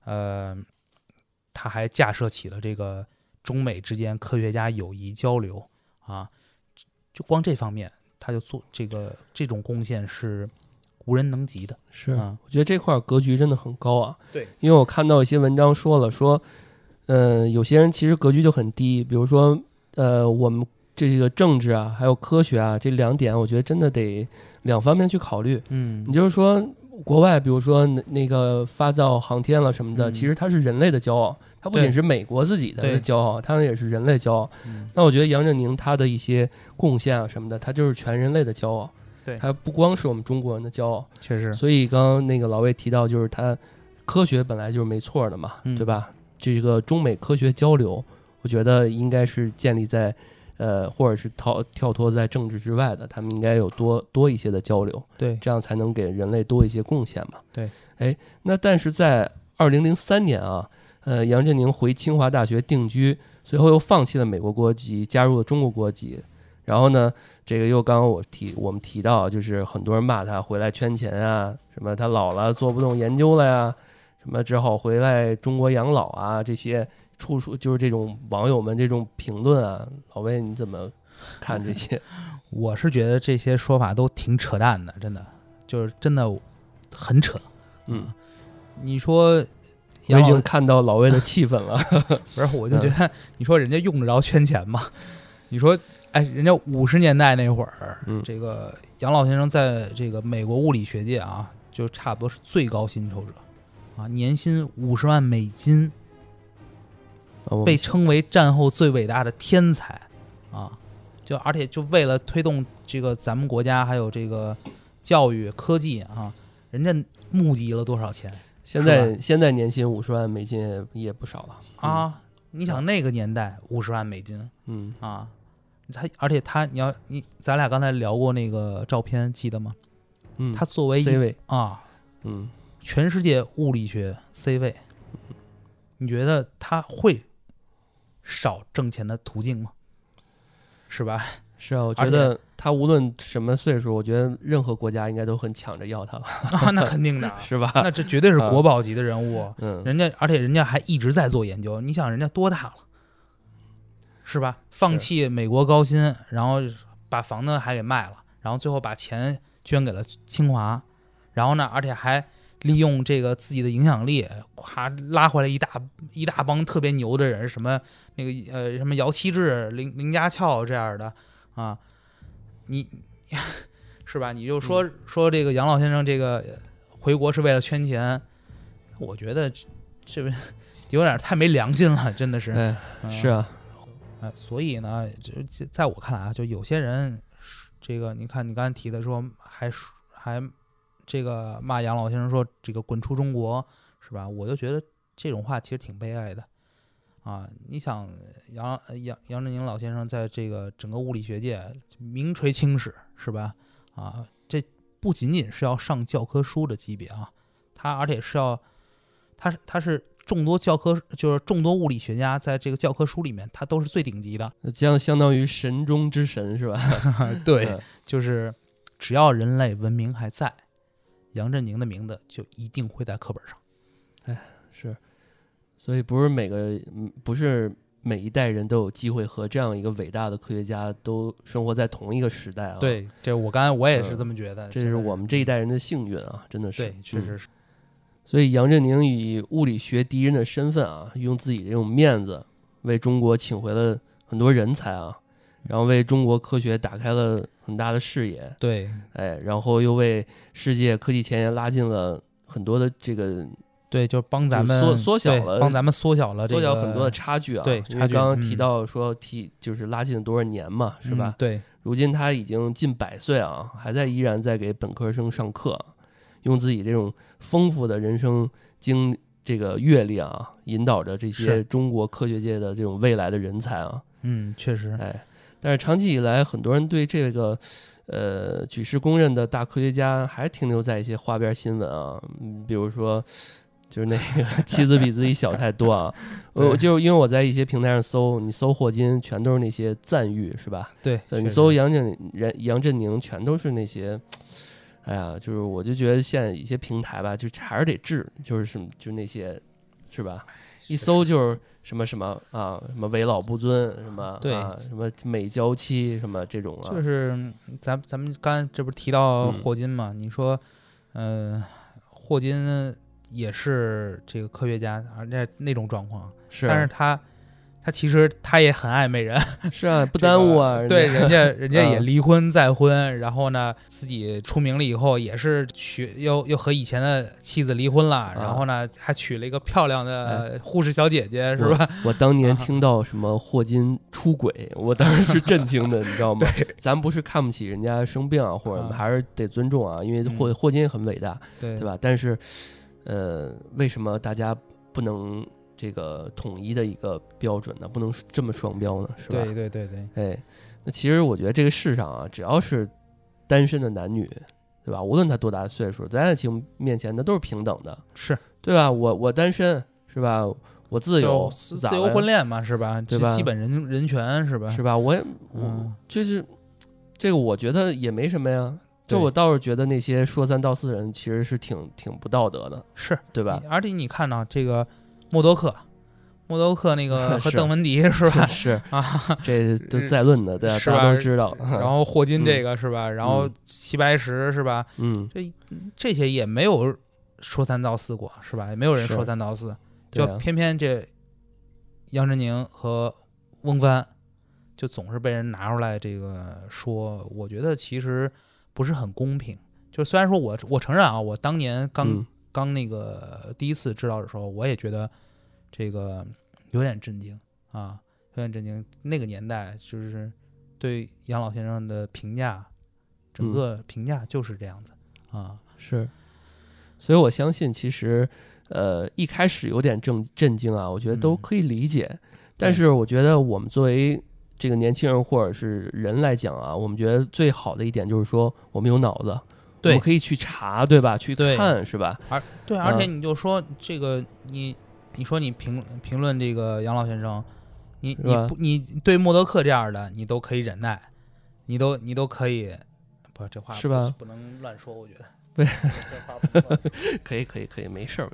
他还架设起了这个中美之间科学家友谊交流就光这方面他就做这种贡献是无人能及的。 是我觉得这块格局真的很高啊。 对， 因为我看到一些文章说有些人其实格局就很低，比如说我们这个政治还有科学这2点，我觉得真的得2方面去考虑。你就是说国外比如说那个发造航天了什么的，其实它是人类的骄傲，它不仅是美国自己的骄傲，它也是人类骄傲。那我觉得杨振宁他的一些贡献什么的，他就是全人类的骄傲。 对， 他不光是我们中国人的骄傲。 确实。 所以刚刚那个老魏提到，就是他科学本来就是没错的嘛，对吧？这个中美科学交流，我觉得应该是建立在或者是跳脱在政治之外的，他们应该有多一些的交流， 对， 这样才能给人类多一些贡献嘛。 对， 那但是在2003年杨振宁回清华大学定居，随后又放弃了美国国籍，加入了中国国籍。然后呢，这个又刚刚我们提到，就是很多人骂他回来圈钱什么他老了做不动研究了呀，什么只好回来中国养老这些。处就是这种网友们这种评论老魏你怎么看这些？ 我是觉得这些说法都挺扯淡的，真的就是真的很扯你说我已经看到老魏的气氛了。 不是，我就觉得你说人家用得着圈钱吗？你说哎，人家50年代那会儿，这个杨老先生在这个美国物理学界啊，就差不多是最高薪酬者啊，年薪50万美金，被称为战后最伟大的天才啊！而且就为了推动这个咱们国家还有这个教育科技啊，人家募集了多少钱？现在年薪50万美金也不少了啊！你想那个年代50万美金，而且咱俩刚才聊过那个照片，记得吗？他作为 C 位啊，全世界物理学 C 位，你觉得他会少挣钱的途径吗？是吧？ 是啊，我觉得他无论什么岁数，我觉得任何国家应该都很抢着要他了。 那肯定的， 是吧？ 那这绝对是国宝级的人物。而且人家还一直在做研究。你想人家多大了，是吧？放弃美国高薪，然后把房子还给卖了，然后最后把钱捐给了清华，然后呢，而且还利用这个自己的影响力，夸拉回来一大帮特别牛的人，什么那个什么姚期智、林家翘这样的啊，你是吧？你就说这个杨老先生这个回国是为了圈钱，我觉得这有点太没良心了，真的是。 是啊， 所以呢，就在我看来啊，就有些人这个，你看你刚才提的说还这个骂杨老先生说这个滚出中国，是吧？我就觉得这种话其实挺悲哀的啊！你想杨振宁老先生在这个整个物理学界名垂青史，是吧？啊，这不仅仅是要上教科书的级别啊，而且是要他是众多物理学家在这个教科书里面，他都是最顶级的， 将相当于神中之神，是吧？ 对，就是只要人类文明还在，杨振宁的名字就一定会在课本上。 是，所以不是每一代人都有机会和这样一个伟大的科学家都生活在同一个时代啊。 对，这我也是这么觉得， 这是我们这一代人的幸运啊，真的是。 对，确实是。 所以杨振宁以物理学第一人的身份啊，用自己这种面子为中国请回了很多人才啊，然后为中国科学打开了很大的视野。 对， 然后又为世界科技前沿拉近了很多的这个。 对，就帮咱们帮咱们缩小了很多的差距啊。 对， 因为刚刚提到说就是拉近了多少年嘛，是吧？ 对， 如今他已经近100岁啊，依然在给本科生上课，用自己这种丰富的人生这个阅历啊，引导着这些中国科学界的这种未来的人才啊。 确实。 但是长期以来，很多人对这个举世公认的大科学家还停留在一些花边新闻啊，比如说。就是那个妻子比自己小太多啊！就因为我在一些平台上搜，你搜霍金全都是那些赞誉，是吧？ 对， 你搜杨振宁全都是那些，哎呀，就是我就觉得现在一些平台吧，就还是得治，就是什么就那些，是吧？一搜就是什么什么啊，什么为老不尊，什么对啊，什么美娇妻，什么这种啊。 就是咱们刚才这不是提到霍金嘛？你说，霍金。也是这个科学家，而且那种状况是， 但是他其实他也很爱美人， 是啊，不耽误啊。 对，人家也离婚再婚，然后呢，自己出名了以后，也是又和以前的妻子离婚了，然后呢，还娶了一个漂亮的护士小姐姐，是吧？ 我当年听到什么霍金出轨，我当时是震惊的，你知道吗？咱不是看不起人家生病啊，或者还是得尊重啊，因为霍金也很伟大，对吧？但是。为什么大家不能这个统一的一个标准呢？不能这么双标呢？是吧？ 对。 那其实我觉得这个世上啊，只要是单身的男女，对吧？无论他多大的岁数，在爱情面前那都是平等的， 是对吧？我单身是吧？我自由婚恋嘛，是吧？ 对吧？ 基本人权是吧？ 是吧？我就是这个，我觉得也没什么呀。就我倒是觉得那些说三道四的人其实是挺不道德的， 是对吧？ 而且你看到这个默多克那个和邓文迪是吧？ 是啊，这都在论的，大家都知道。 然后霍金这个是吧？然后齐白石是吧？这些也没有说三道四过，是吧？也没有人说三道四，就偏偏这杨振宁和翁帆就总是被人拿出来这个说，我觉得其实不是很公平。就虽然说我承认啊，我当年刚那个第一次知道的时候，我也觉得这个有点震惊啊，有点震惊。那个年代就是对杨老先生的评价，整个评价就是这样子啊， 是。所以我相信，其实一开始有点震惊啊，我觉得都可以理解。但是我觉得我们作为这个年轻人或者是人来讲啊，我们觉得最好的一点就是说，我们有脑子。我们可以去查，对吧？去看，是吧？ 而且你就说这个，你说你评论这个杨老先生，你对默多克这样的，你都可以忍耐，你都可以，不，这话是吧？ 不能乱说，我觉得。 可以，没事。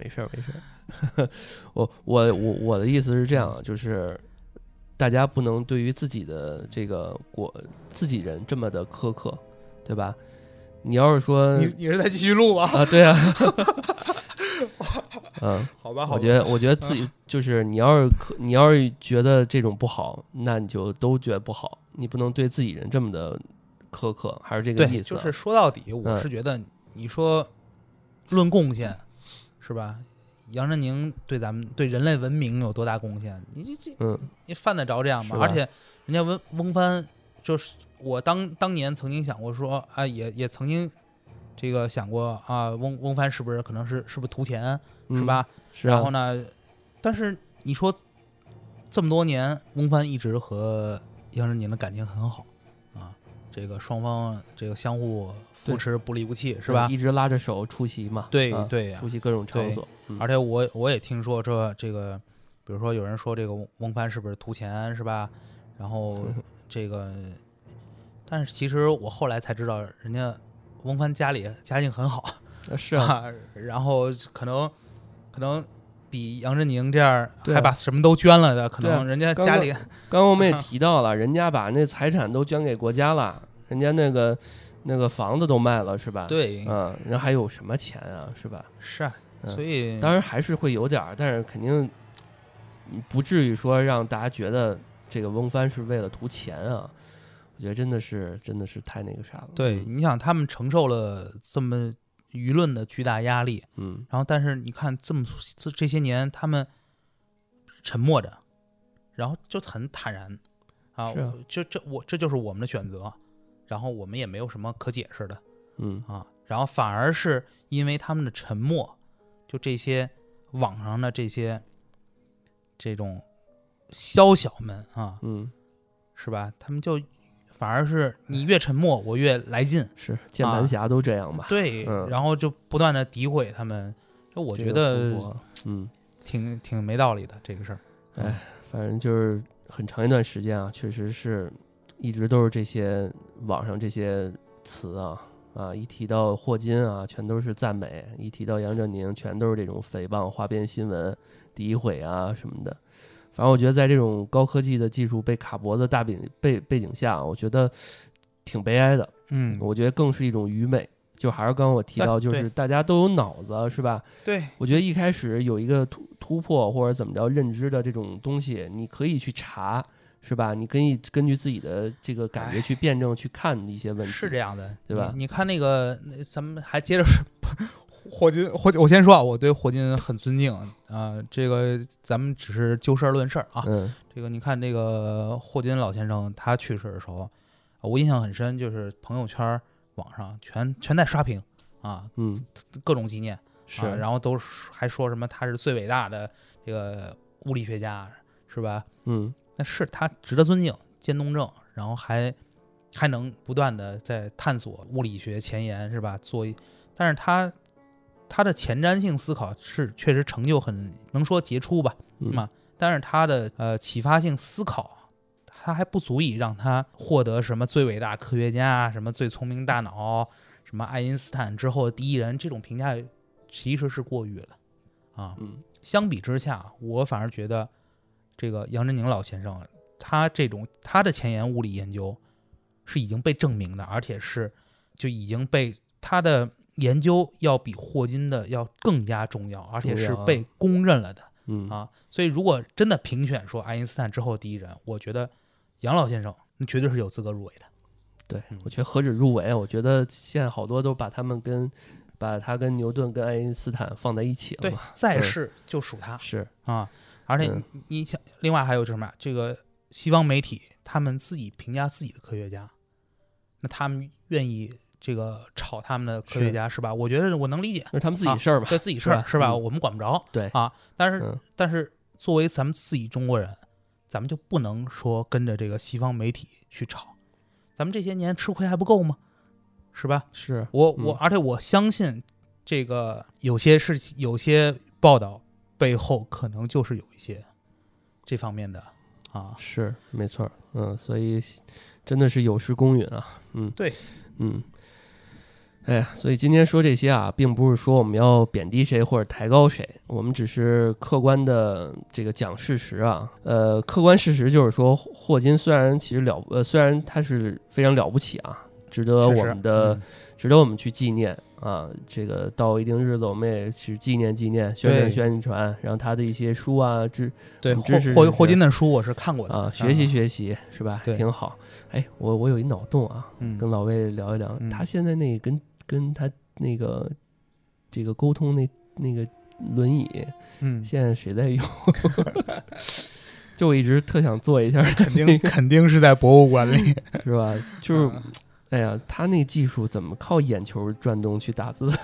我的意思是这样，就是大家不能对于自己的这个自己人这么的苛刻，对吧？你要是说你是在继续录吗？ 啊，对啊， 好吧， 我觉得自己就是你要是觉得这种不好，那你就都觉得不好，你不能对自己人这么的苛刻，还是这个意思。 就是说到底，我是觉得你说论贡献是吧？杨振宁对咱们对人类文明有多大贡献？你犯得着这样吗？而且人家翁帆就是。我当年曾经想过说啊，也曾经这个想过啊，翁帆是不是图钱，是吧？ 是啊。 然后呢，但是你说这么多年，翁帆一直和杨振宁的感情很好啊，这个双方这个相互扶持，不离不弃，是吧？ 一直拉着手出席嘛。 对， 出席各种场所。 而且我也听说这个，比如说有人说这个翁帆是不是图钱，是吧？然后这个。但是其实我后来才知道，人家翁帆家境很好， 是啊， 然后可能比杨振宁这样还把什么都捐了的，可能人家家里。 刚刚我们也提到了，人家把那财产都捐给国家了，人家那个房子都卖了，是吧？ 对， 人还有什么钱啊，是吧？ 是啊，所以当然还是会有点，但是肯定不至于说让大家觉得这个翁帆是为了图钱啊。我觉得真的是太那个啥了。 对，你想他们承受了这么舆论的巨大压力，然后但是你看这些年他们沉默着，然后就很坦然啊，这就是我们的选择，然后我们也没有什么可解释的，然后反而是因为他们的沉默，就这些网上的这种宵小们啊，是吧？他们就。反而是你越沉默，我越来劲。 是键盘侠都这样吧？ 对，然后就不断的诋毁他们，就我觉得，挺没道理的这个事儿。 反正就是很长一段时间啊，确实是一直都是这些网上这些词啊，一提到霍金啊，全都是赞美；一提到杨振宁，全都是这种诽谤、花边新闻、诋毁啊什么的。反正我觉得在这种高科技的技术被卡脖子大背景下，我觉得挺悲哀的。我觉得更是一种愚昧。就还是刚刚我提到，就是大家都有脑子，是吧？ 对， 我觉得一开始有一个突破或者怎么着认知的这种东西，你可以去查，是吧？你可以根据自己的这个感觉去辩证去看一些问题， 是这样的， 对吧？ 你看那个，咱们还接着霍金，我先说啊，我对霍金很尊敬啊。这个咱们只是就事论事啊。这个你看，这个霍金老先生他去世的时候，我印象很深，就是朋友圈、网上全在刷屏啊，各种纪念是， 然后都还说什么他是最伟大的这个物理学家，是吧？那是他值得尊敬，渐冻症，然后还能不断的在探索物理学前沿，是吧？但是他的前瞻性思考是确实成就很能说杰出吧，但是他的启发性思考，他还不足以让他获得什么最伟大科学家、什么最聪明大脑、什么爱因斯坦之后的第一人，这种评价其实是过誉了啊。相比之下，我反而觉得这个杨振宁老先生，他的前沿物理研究是已经被证明的，而且是就已经被他的研究要比霍金的要更加重要，而且是被公认了的。所以如果真的评选说爱因斯坦之后第一人，我觉得杨老先生绝对是有资格入围的。 对，我觉得何止入围，我觉得现在好多都把他跟牛顿跟爱因斯坦放在一起了嘛。 对，在世就属他。 是啊，而且你想，另外还有什么？这个西方媒体他们自己评价自己的科学家，那他们愿意这个炒他们的科学家是吧？我觉得我能理解， 那是他们自己事儿嘛， 对自己事儿是吧？我们管不着。 对啊，但是作为咱们自己中国人，咱们就不能说跟着这个西方媒体去炒。咱们这些年吃亏还不够吗？是吧？ 是而且我相信，这个有些报道背后可能就是有一些这方面的啊。 是没错，所以真的是有失公允啊。 对， 哎呀，所以今天说这些啊，并不是说我们要贬低谁或者抬高谁，我们只是客观的这个讲事实啊。客观事实就是说，霍金虽然他是非常了不起啊，值得我们去纪念啊。这个到一定日子，我们也是纪念、宣传，然后他的一些书啊， 对霍金的书我是看过的啊，学习是吧？挺好。哎，我有一脑洞啊，跟老魏聊一聊，他现在那跟他那个这个沟通那个轮椅，现在谁在用？就我一直特想做一下， 肯定是在博物馆里， 是吧？就是，哎呀，他那技术怎么靠眼球转动去打字？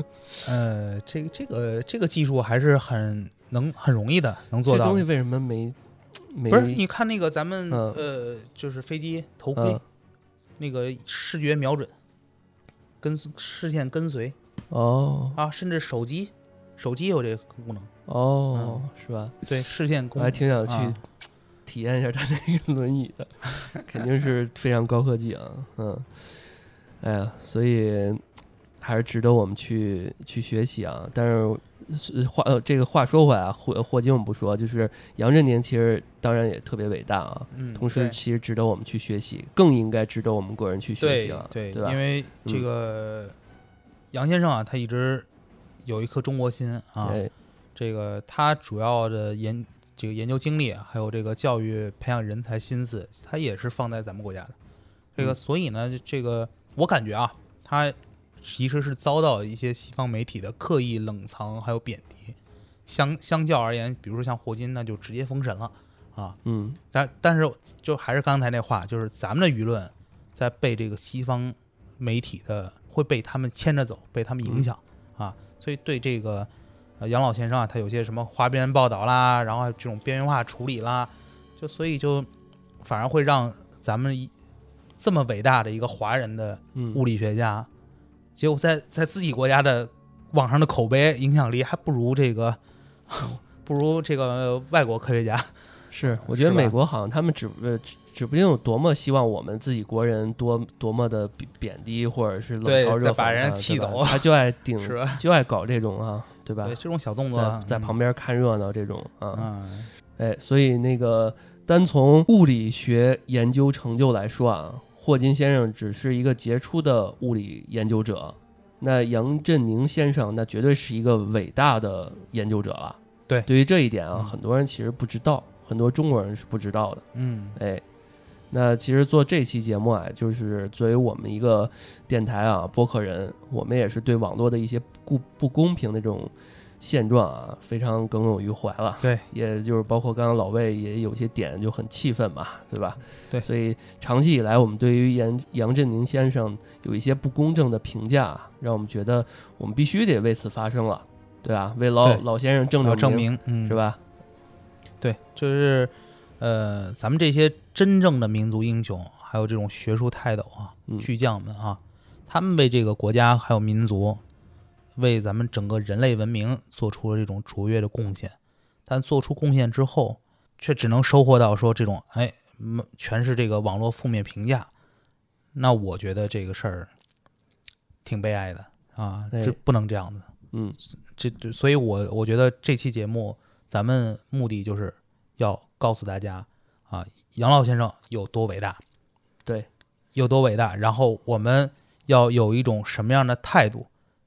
这个技术还是很容易的，能做到。 这东西为什么没？ 不是，你看那个咱们就是飞机头盔，那个视觉瞄准。视线跟随甚至手机有这个功能是吧？ 对，视线功能。 我还挺想去体验一下他那个轮椅的，肯定是非常高科技啊。哎呀，所以还是值得我们去学习啊。但是这个话说回来啊，霍金我们不说，就是杨振宁其实当然也特别伟大啊，同时其实值得我们去学习，更应该值得我们个人去学习了， 对吧？ 因为这个杨先生啊，他一直有一颗中国心啊，这个他主要的研究经历还有这个教育培养人才心思，他也是放在咱们国家的这个，所以呢，这个我感觉啊，他其实是遭到一些西方媒体的刻意冷藏还有贬低，相较而言，比如说像霍金，那就直接封神了啊。但是就还是刚才那话，就是咱们的舆论在被这个西方媒体的会被他们牵着走，被他们影响啊，所以对这个杨老先生啊，他有些什么花边报道啦，然后这种边缘化处理啦，所以反而会让咱们这么伟大的一个华人的物理学家，结果在自己国家的网上的口碑影响力还不如这个外国科学家。 是，我觉得美国好像他们指不定有多么希望我们自己国人多么的贬低或者是冷嘲热讽， 把人气走， 他就爱就爱搞这种啊，对吧？ 对，这种小动作在旁边看热闹这种啊，所以那个单从物理学研究成就来说啊，霍金先生只是一个杰出的物理研究者，那杨振宁先生那绝对是一个伟大的研究者了。 对， 对于这一点啊，很多人其实不知道，很多中国人是不知道的。那其实做这期节目啊，就是作为我们一个电台啊播客人，我们也是对网络的一些不公平的这种现状啊非常耿耿于怀了。 对， 也就是包括刚刚老魏也有些点就很气愤嘛，对吧？ 对， 所以长期以来我们对于杨振宁先生有一些不公正的评价，让我们觉得我们必须得为此发声了，对吧？为老先生证明，是吧？ 对，就是咱们这些真正的民族英雄，还有这种学术泰斗啊、巨匠们啊，他们为这个国家还有民族，为咱们整个人类文明做出了这种卓越的贡献。但做出贡献之后，却只能收获到说这种全是这个网络负面评价。那我觉得这个事儿挺悲哀的啊，这不能这样子。所以我觉得这期节目咱们目的就是要告诉大家啊，杨老先生有多伟大， 对， 有多伟大，然后我们要有一种什么样的态度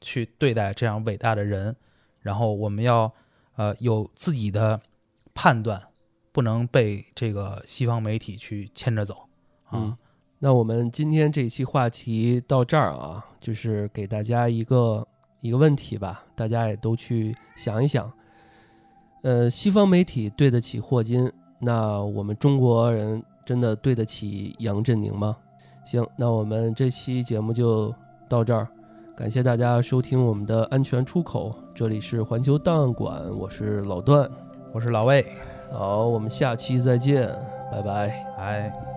去对待这样伟大的人，然后我们要有自己的判断，不能被这个西方媒体去牵着走啊。 那我们今天这一期话题到这儿啊，就是给大家一个问题吧，大家也都去想一想。西方媒体对得起霍金，那我们中国人真的对得起杨振宁吗？行，那我们这期节目就到这儿，感谢大家收听我们的安全出口，这里是环球档案馆，我是老段， 我是老魏， 好，我们下期再见，拜拜。 拜。